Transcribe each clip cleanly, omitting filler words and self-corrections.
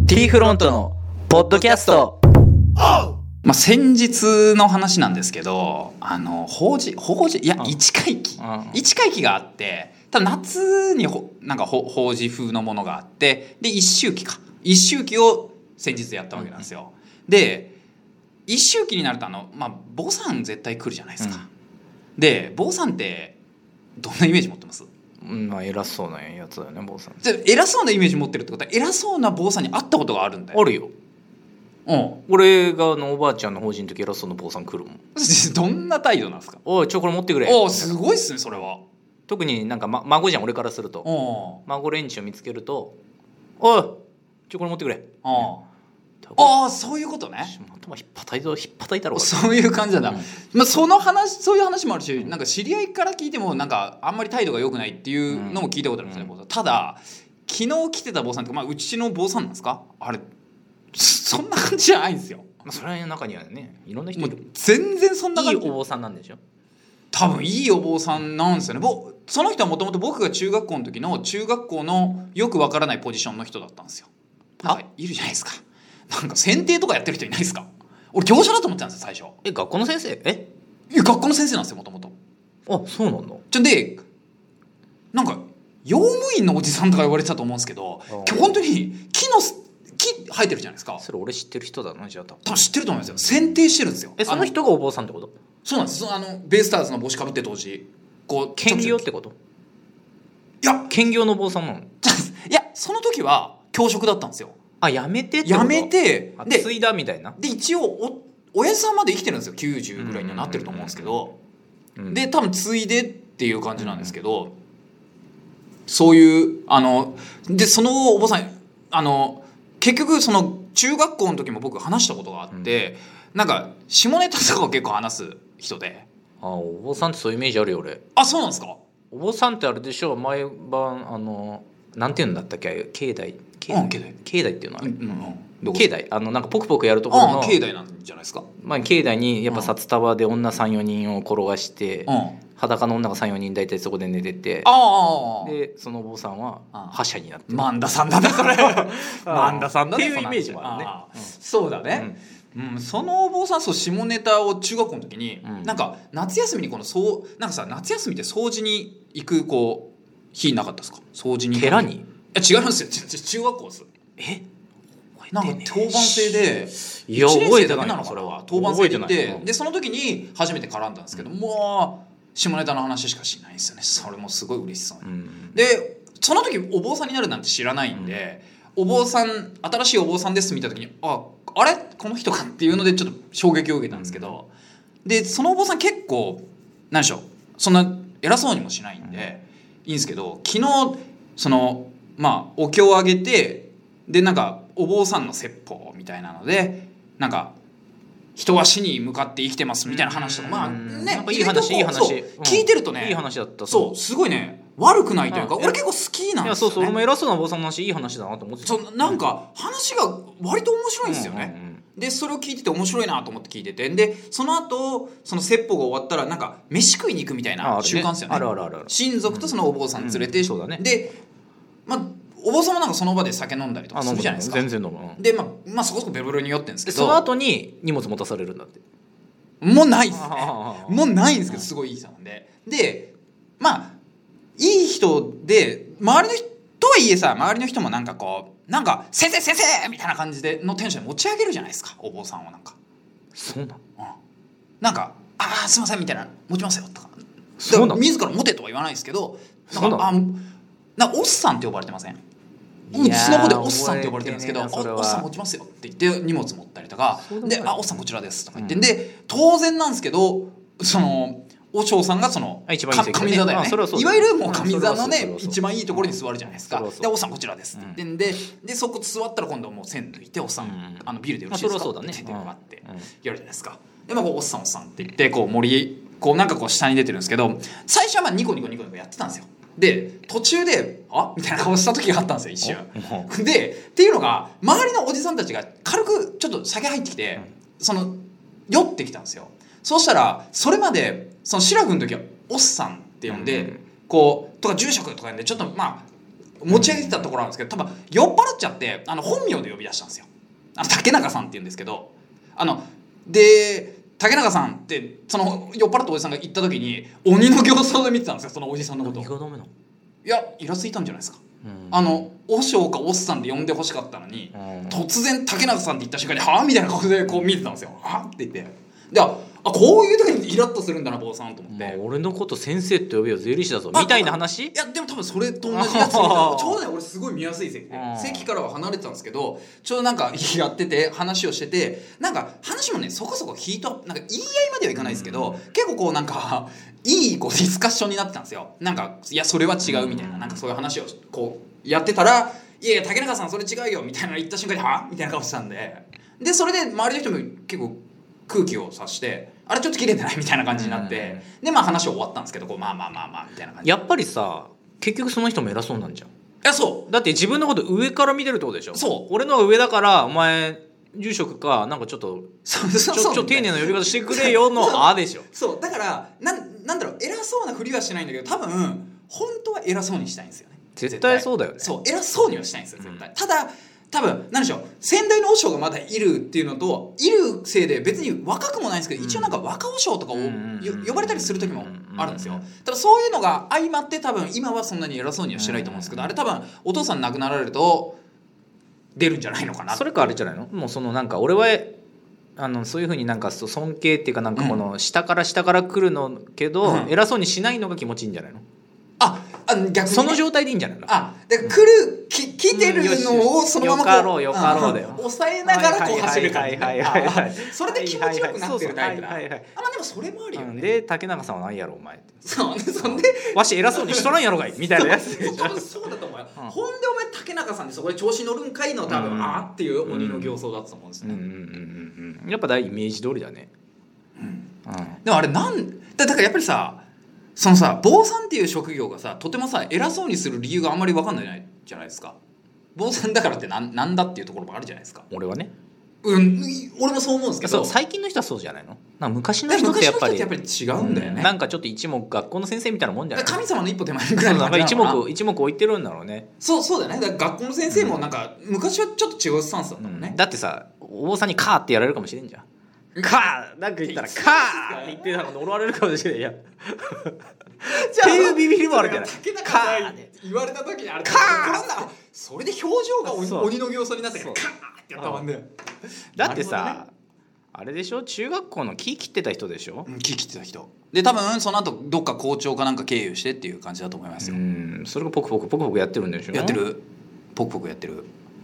T フロントのポッドキャスト。 先日の話なんですけど、法事いや一回忌があって、多分夏になんか法事風のものがあって、で一周忌を先日やったわけなんですよ。で一周忌になると坊さん絶対来るじゃないですか。で坊さんってどんなイメージ持ってます？ 偉そうなやつだよね、坊さん。 偉そうなイメージ持ってるってことは、偉そうな坊さんに会ったことがあるんだよ。 あるよ。俺がおばあちゃんの法事の時偉そうな坊さん来るもん。 どんな態度なんですか？ おいこれ持ってくれ。 すごいっすねそれは。 特になんか、孫じゃん俺からすると。孫連中見つけると、おいこれ持ってくれ。 そういうことね。 頭ひっぱたいたろ。 そういう感じなんだ。そういう話もあるし、なんか知り合いから聞いてもなんかあんまり態度が良くないっていうのも聞いたことあるんですね。ただ昨日来てた坊さんって、うちの坊さんなんですか？あれそんな感じじゃないんですよ。 それの中にはね、いろんな人いる。 全然そんな感じ。 いいお坊さんなんでしょ。多分いいお坊さんなんですよね。その人はもともと僕が中学校の時の中学校のよくわからないポジションの人だったんですよ。なんかいるじゃないですか。なんか剪定とかやってる人いないですか？俺業者だと思ってたんですよ最初。 学校の先生？ 学校の先生なんですよもともと。 そうなんだ。 でなんか用務員のおじさんとか言われてたと思うんですけど、本当に木生えてるじゃないですか。 それ俺知ってる人だな。じゃあ多分知ってると思うんですよ。剪定してるんですよ。 その人がお坊さんってこと？ そうなんです。ベイスターズの帽子かぶって当時兼業ってこと？ いや兼業の坊さんなの？ いやその時は教職だったんですよ。 やめてで継いだみたいな。 で一応親父さんまで生きてるんですよ。90ぐらいにはなってると思うんですけど、で多分継いでっていう感じなんですけど、そういうでそのお坊さん結局その中学校の時も僕話したことがあって、なんか下ネタとかを結構話す人で。 お坊さんってそういうイメージあるよ俺。 そうなんですか？ お坊さんってあれでしょ、毎晩なんていうんだったっけ、境内っていうのは、境内なんかポクポクやるところの境内なんじゃないですか。 境内にやっぱ札束で女 3,4 人を転がして、裸の女が 3,4 人大体そこで寝てて、でそのお坊さんは覇者になってる。 万田さんだねそれ。万田さんだねっていうイメージもあるね。 そうだね。そのお坊さん下ネタを中学校の時に、なんか夏休みになんかさ、夏休みって掃除に行く日なかったですか？掃除に寺に？ 違いますよ。中学校です。なんか当番制で 1年生だけなのかな。当番制で行って、でその時に初めて絡んだんですけど、もう下ネタの話しかしないんですよね。それもすごい嬉しそうに。でその時お坊さんになるなんて知らないんで、新しいお坊さんです見た時にあれこの人かっていうのでちょっと衝撃を受けたんですけど、でそのお坊さん結構何でしょう、そんな偉そうにもしないんでいいんですけど、昨日お経をあげて、でなんかお坊さんの説法みたいなので、なんか人は死に向かって生きてますみたいな話とか、 いい話聞いてるとね、 いい話だった。 そうすごいね、悪くないというか、俺結構好きなんですよね。 そう俺も偉そうなお坊さんの話いい話だなと思ってた。 なんか話が割と面白いんですよね。でそれを聞いてて面白いなと思って聞いてて、でその後その説法が終わったらなんか飯食いに行くみたいな習慣ですよね。親族とそのお坊さん連れて、でお坊さんもなんかその場で酒飲んだりとかするじゃないですか。 全然飲む。 でそこそこベロベロに酔ってるんですけど、 その後に荷物持たされるんだって。 もうないですね。もうないんですけど、すごいいい人なんで、いい人で、周りの人とはいえさ、周りの人もなんか先生みたいな感じでのテンションで持ち上げるじゃないですか、お坊さんを。なんかそうなの？ なんかすいませんみたいな、持ちますよとか、自ら持てとは言わないですけど、なんかおっさんって呼ばれてません？スノボでおっさんって呼ばれてるんですけど、おっさん持ちますよって言って荷物持ったりとかで、おっさんこちらですとか言って、で当然なんですけど、その和尚さんがその上座だよね。いわゆるもう上座のね一番いいところに座るじゃないですか。でおっさんこちらですって言ってでそこ座ったら今度はもう線抜いて、おっさんビールでよろしいですかって手でもらってやるじゃないですか。でおっさんって言ってなんか下に出てるんですけど、最初はニコニコやってたんですよ。で途中でみたいな顔した時があったんですよ一瞬。でっていうのが、周りのおじさんたちが軽くちょっと酒入ってきて、酔ってきたんですよ。そうしたらそれまでその志らくの時はおっさんって呼んで、とか住職とか呼んでちょっと持ち上げてたところなんですけど、多分酔っ払っちゃって本名で呼び出したんですよ。竹中さんって言うんですけど、で竹中さんってその酔っ払ったおじさんが行った時に鬼の形相で見てたんですよ、そのおじさんのことを。 何がダメなの？ いやイラついたんじゃないですか。おしょうかおっさんで呼んでほしかったのに、突然竹中さんって言った瞬間にはぁみたいな顔でこう見てたんですよ。はぁって言って、でこういう時にイラッとするんだな坊さんと思って、 俺のこと先生って呼べよ税理士だぞみたいな話。 いやでも多分それと同じやつちょうどね俺すごい見やすい席で席からは離れてたんですけど、ちょうどなんかやってて話をしてて、なんか話もねそこそこヒートなんか言い合いまではいかないですけど、結構こうなんかいいこうディスカッションになってたんですよ。なんかいやそれは違うみたいな、なんかそういう話をこうやってたら、いやいや竹中さんそれ違うよみたいなの言った瞬間にはみたいな顔してたんで、それで周りの人も結構空気を察して、あれちょっと切れてないみたいな感じになって、で話は終わったんですけど、こうまあみたいな感じ。 やっぱりさ結局その人も偉そうなんじゃん。いやそうだって自分のこと上から見てるってことでしょ。 そう俺のが上だからお前住職かなんかちょっとちょ丁寧な呼び方してくれよのでしょ。 そうだからなんだろう、偉そうなふりはしないんだけど、多分本当は偉そうにしたいんですよね。 絶対そうだよね。 そう偉そうにはしたいんですよ絶対、ただ多分何でしょう、先代の和尚がまだいるっていうのと、いるせいで別に若くもないんですけど、一応なんか若和尚とかを呼ばれたりする時もあるんですよ。多分そういうのが相まって多分今はそんなに偉そうにはしてないと思うんですけど、あれ多分お父さん亡くなられると出るんじゃないのかな。 それかあれじゃないの、もうそのなんか俺はそういうふうになんか尊敬っていうかなんかこの下から来るのけど、偉そうにしないのが気持ちいいんじゃないの。 逆にね、 その状態でいいんじゃないの。 で来てるのをそのままこうよかろうだよ抑えながらこう走る感じ、それで気持ちよくなってるタイプだ。でもそれもあるよね。 で竹中さんは何やろお前って、 そんでわし偉そうにしとらんやろがいみたいなやつでしょ。 多分そうだと思うよ。ほんでお前竹中さんでそこで調子乗るんかいの多分っていう鬼の形相だったと思うんですね。 やっぱイメージ通りだね。 でもあれだからやっぱりさ、そのさ坊さんっていう職業がさとてもさ偉そうにする理由があんまり分かんないじゃないですか。坊さんだからってなんだっていうところもあるじゃないですか。 俺はね、 俺もそう思うんですけど、 最近の人はそうじゃないの。なんか昔の人ってやっぱり違うんだよね。 なんかちょっと一目学校の先生みたいなもんじゃない。 神様の一歩手前ぐらいの感じなのかな。一目置いてるんだろうね。 そうだよね。だから学校の先生もなんか昔はちょっと違うスタンスだったもんね。 だってさお坊さんにカーってやられるかもしれんじゃん。カーなんか言ったらカーって言ってたの呪われるかもしれんやん。っていうビビりもあるじゃない。 カーって言われた時にあれカーそれで表情が鬼の形相になってカーってやったもんね。 だってさあれでしょ、中学校の木切ってた人でしょ。 木切ってた人で多分その後どっか校長かなんか経由してっていう感じだと思いますよ。 それがポクポクやってるんでしょ。 やってるポクポクやってる。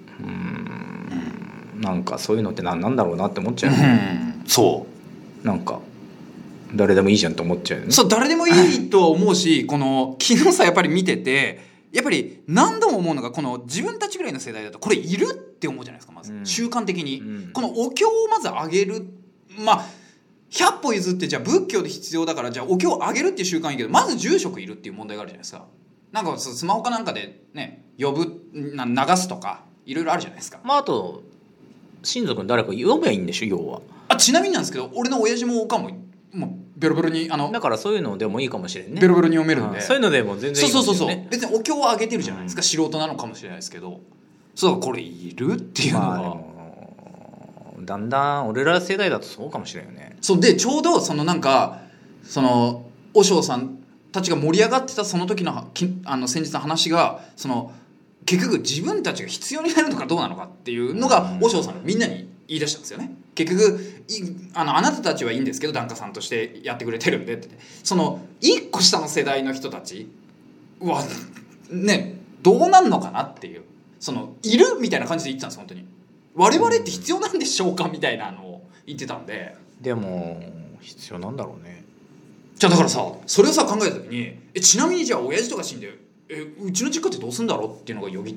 なんかそういうのってなんだろうなって思っちゃう。 そうなんか誰でもいいじゃんと思っちゃうよね。 そう誰でもいいとは思うし、この昨日さやっぱり見ててやっぱり何度も思うのが、この自分たちぐらいの世代だとこれいるって思うじゃないですか。まず習慣的に、このお経をまずあげる、100歩譲ってじゃあ仏教で必要だからじゃあお経をあげるっていう習慣いいけど、まず住職いるっていう問題があるじゃないですか。なんかスマホかなんかでね流すとかいろいろあるじゃないですか。 あと親族に誰か読めばいいんでしょ要は。 ちなみになんですけど俺の親父もおかんもベロベロにだからそういうのでもいいかもしれんね。 ベロベロに読めるんで、 そういうのでも全然いいかもしれんね。 そう別にお経をあげてるじゃないですか、素人なのかもしれないですけど、そうこれいるっていうのは、 だんだん俺ら世代だとそうかもしれんよね。 そうでちょうどそのなんかその和尚さんたちが盛り上がってたその時の先日の話が、その結局自分たちが必要になるのかどうなのかっていうのが和尚さんがみんなに言い出したんですよね。結局あなたたちはいいんですけど檀家さんとしてやってくれてるんでって、その一個下の世代の人たちはねどうなんのかなっていう、そのいるみたいな感じで言ってたんです本当に。我々って必要なんでしょうかみたいなのを言ってたんで。 でも必要なんだろうね。 じゃあだからさそれをさ考えた時にちなみにじゃあ親父とか死んでうちの実家ってどうすんだろうっていうのがよぎって。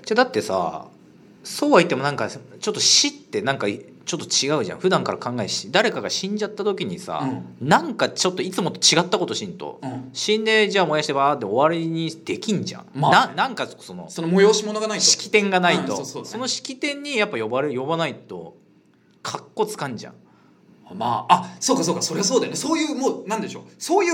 じゃあだってさそうは言ってもなんかちょっと死ってなんかちょっと違うじゃん。普段から考えし誰かが死んじゃった時にさ、なんかちょっといつもと違ったことしんと、死んでじゃあ燃やしてバーって終わりにできんじゃん。なんかその催し物がないと、 式典がないと、その式典にやっぱ呼ばないとかっこつかんじゃん。 そうかそれはそうだよね。そういうもうなんでしょう、そういうフ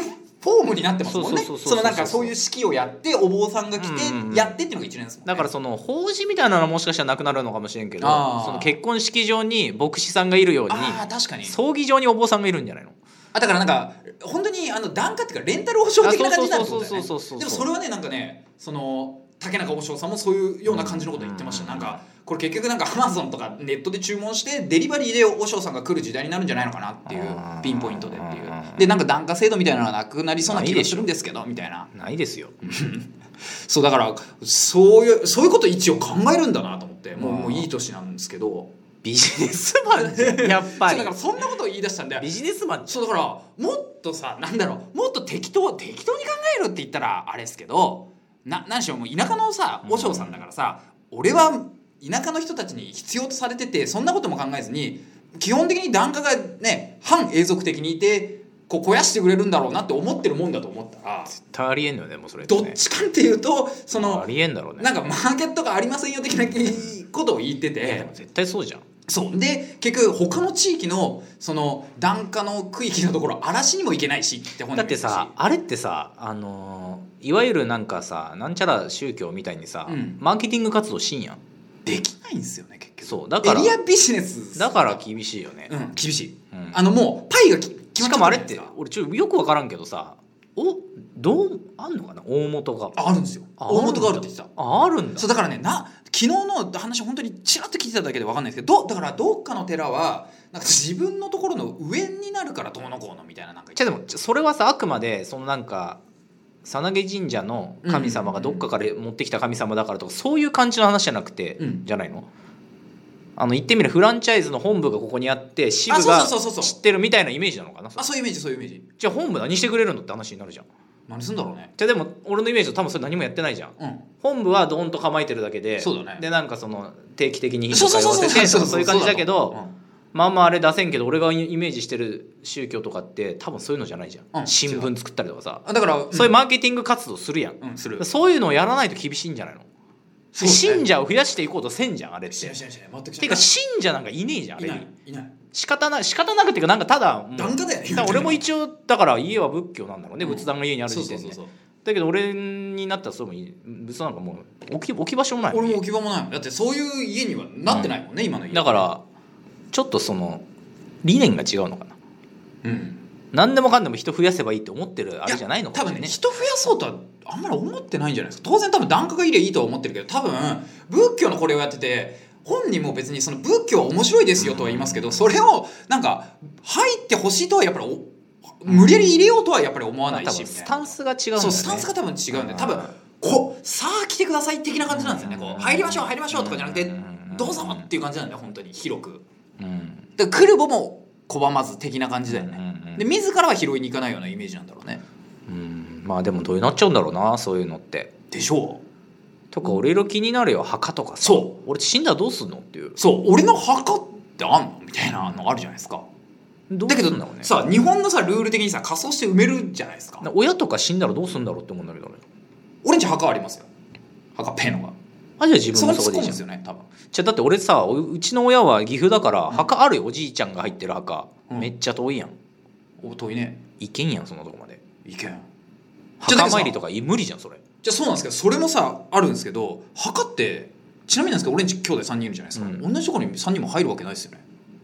フォームになってますもんね。そのなんかそういう式をやってお坊さんが来てやってっていうのが一連ですもんね。 だからその法事みたいなのはもしかしたらなくなるのかもしれんけど、その結婚式場に牧師さんがいるように、 確かに葬儀場にお坊さんがいるんじゃないの。 だからなんか本当に檀家っていうかレンタル保証的な感じになるってことだよね。でもそれはねなんかねその竹中和尚さんもそういうような感じのことを言ってました。なんかこれ結局なんかアマゾンとかネットで注文してデリバリーで和尚さんが来る時代になるんじゃないのかなっていうピンポイントでっていうでなんか檀家制度みたいなのはなくなりそうな気がするんですけどみたいな。 ないですよそうだからそういうこと一応考えるんだなと思ってもういい年なんですけどビジネスマンじゃんやっぱりだからそんなことを言い出したんでビジネスマンそうだからもっとさなんだろうもっと適当に考えるって言ったらあれですけど何しろもう田舎のさ和尚さんだからさ、俺は田舎の人たちに必要とされててそんなことも考えずに基本的に檀家がね反永続的にいてこう肥やしてくれるんだろうなって思ってるもんだと思ったら絶対ありえんのよねもうそれってね、 どっちかっていうとそのありえんだろうねなんかマーケットがありませんよ的なことを言っててでも絶対そうじゃん。 そうで結局他の地域のその檀家の区域のところ荒らしにも行けないしって本だってさあれってさいわゆるなんかさなんちゃら宗教みたいにさ、マーケティング活動しんやんできないんですよね結局。 そうだからエリアビジネスだから厳しいよね。 厳しい、もうパイが決まっちゃった。 しかもあれって俺よく分からんけどさどうあんのかな大元があるんですよ。大元があるって言ってた。 あるんだ。 そうだからね昨日の話本当にちらっと聞いてただけで分かんないですけどだからどっかの寺はなんか自分のところの上になるからどうのこうのみたいななんかでもそれはさあくまでそのなんかさなげ神社の神様がどっかから持ってきた神様だからとかそういう感じの話じゃなくて、じゃないの。言ってみれフランチャイズの本部がここにあって支部が知ってるみたいなイメージなのかな。 そういうイメージそういうイメージ。 じゃあ本部何してくれるのって話になるじゃん。 何すんだろうね。 じゃあでも俺のイメージと多分それ何もやってないじゃん、本部はドーンと構えてるだけでそうだね。 でなんかその定期的に頻度会わせてそういう感じだけどまあまああれ出せんけど俺がイメージしてる宗教とかって多分そういうのじゃないじゃん、新聞作ったりとかさだから、そういうマーケティング活動するやん、するそういうのをやらないと厳しいんじゃないの。信者を増やしていこうとせんじゃんあれって。ていうか信者なんかいねえじゃんあれに。いない仕方なくっていうかなんかただ檀家だよね。 俺も一応だから家は仏教なんだろうね、仏壇が家にある時点で。だけど俺になったらそうもいい仏壇なんかもう置き場所もない。 俺も置き場もないもん。だってそういう家にはなってないもんね、今の家。 だからちょっとその理念が違うのかな。何でもかんでも人増やせばいいって思ってるあれじゃないのかもしれない。 多分ね人増やそうとはあんまり思ってないんじゃないですか。当然多分檀家がいればいいとは思ってるけど多分仏教のこれをやってて本人も別にその仏教は面白いですよとは言いますけど、それをなんか入ってほしいとはやっぱり無理やり入れようとはやっぱり思わないし、 スタンスが違うんだよね。 そうスタンスが多分違うんで多分さあ来てください的な感じなんですよね。こう入りましょうとかじゃなくてどうぞっていう感じなんだよ本当に広く。で来るもも拒まず的な感じだよね。で自らは拾いに行かないようなイメージなんだろうね。 まあでもどうなっちゃうんだろうなそういうのってでしょう。 とか俺色気になるよ墓とかさ。 そう俺死んだらどうすんのっていう。 そう俺の墓ってあんのみたいなのあるじゃないですか。だけどさ日本のさルール的にさ仮装して埋めるじゃないですか。 親とか死んだらどうすんだろうって思うんだけどね。 俺んち墓ありますよ。墓ペーノが。 じゃあ自分もそこでいいじゃん。 そうですよね多分。 じゃだって俺さうちの親は岐阜だから墓あるよ、おじいちゃんが入ってる墓、めっちゃ遠いやん。 遠いね。 行けんやんそんなとこまで。 行けん。 墓参りとか無理じゃんそれ。 じゃあそうなんですけどそれもさあるんですけど墓ってちなみになんですけど俺んち兄弟3人いるじゃないですか、同じところに3人も入るわけないですよね。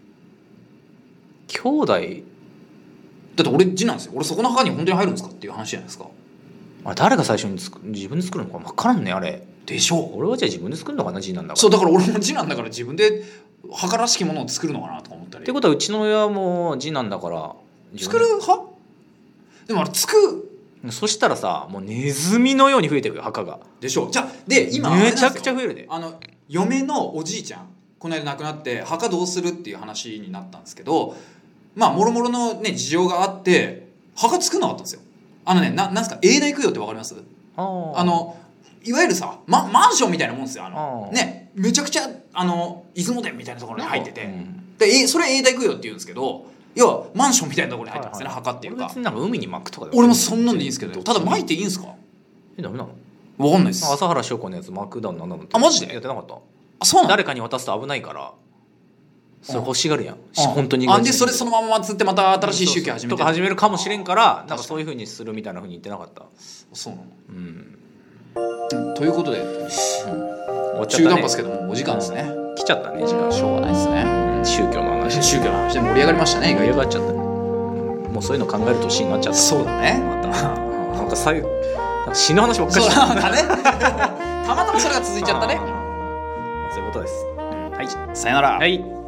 兄弟だって俺次男ですよ。俺そこの墓に本当に入るんですかっていう話じゃないですか。 誰が最初に自分で作るのか分からんねあれ。 でしょう。 俺はじゃあ自分で作るのかな次男だから。 そうだから俺も次男だから自分で墓らしきものを作るのかなとか思ったり。 ってことはうちの親も次男だから作る派。でもあれそしたらさもうネズミのように増えてるよ墓が。 でしょ。じゃあで今めちゃくちゃ増えるで。 嫁のおじいちゃんこの間亡くなって墓どうするっていう話になったんですけどまあもろもろのね事情があって墓作んなかったんですよ。なんですか永代供養ってわかります？いわゆるさ、マンションみたいなもんですよ。ねめちゃくちゃ出雲殿みたいなところに入ってて、でそれ永代供養って言うんですけど要はマンションみたいなところに入ってますね、墓っていうか。 別になんか海に巻くとか俺もそんなんでいいんですけどただ巻いていいんですか？ ダメなの？ わかんないです。 朝原翔子のやつ巻くだなんだの。 マジでやってなかった？ そうなの？ 誰かに渡すと危ないからそれ欲しがるやん、本当にでそれそのまま祀ってまた新しい宗教始めてとか始めるかもしれんから、なんかそういう風にするみたいな風に言ってなかった？ そうなの、ということで、中断ですけどもお時間ですね。 来ちゃったね時間。 しょうがないですね。 宗教の話で盛り上がりましたね。 盛り上がっちゃった。もうそういうの考える年になっちゃった。 そうだね。 また最後死ぬ話ばっかりしてたね。たまたまそれが続いちゃったね。 そういうことです。はい、 さよなら。 はい。